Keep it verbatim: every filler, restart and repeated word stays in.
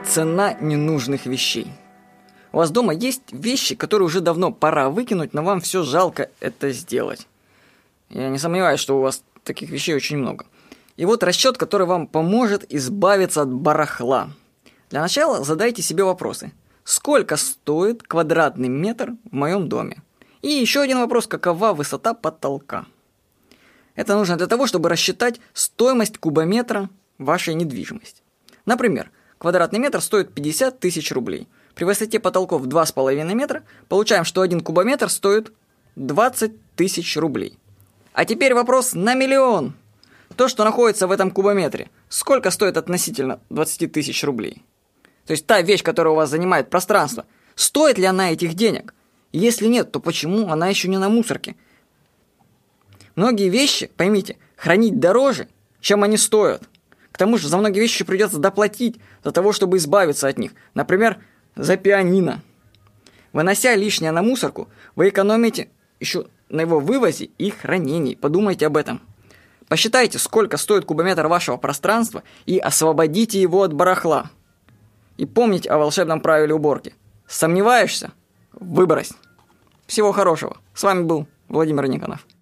цена ненужных вещей. У вас дома есть вещи, которые уже давно пора выкинуть, но вам все жалко это сделать. Я не сомневаюсь, что у вас таких вещей очень много. И вот расчет, который вам поможет избавиться от барахла. Для начала задайте себе вопросы. Сколько стоит квадратный метр в моем доме? И еще один вопрос, какова высота потолка? Это нужно для того, чтобы рассчитать стоимость кубометра вашей недвижимости. Например, квадратный метр стоит пятьдесят тысяч рублей. При высоте потолков два с половиной метра получаем, что один кубометр стоит двадцать тысяч рублей. А теперь вопрос на миллион. То, что находится в этом кубометре, сколько стоит относительно двадцать тысяч рублей? То есть та вещь, которая у вас занимает пространство, стоит ли она этих денег? Если нет, то почему она еще не на мусорке? Многие вещи, поймите, хранить дороже, чем они стоят. К тому же за многие вещи придется доплатить для того, чтобы избавиться от них. Например, за пианино. Вынося лишнее на мусорку, вы экономите еще на его вывозе и хранении. Подумайте об этом. Посчитайте, сколько стоит кубометр вашего пространства и освободите его от барахла. И помните о волшебном правиле уборки. Сомневаешься? Выбрось. Всего хорошего. С вами был Владимир Никонов.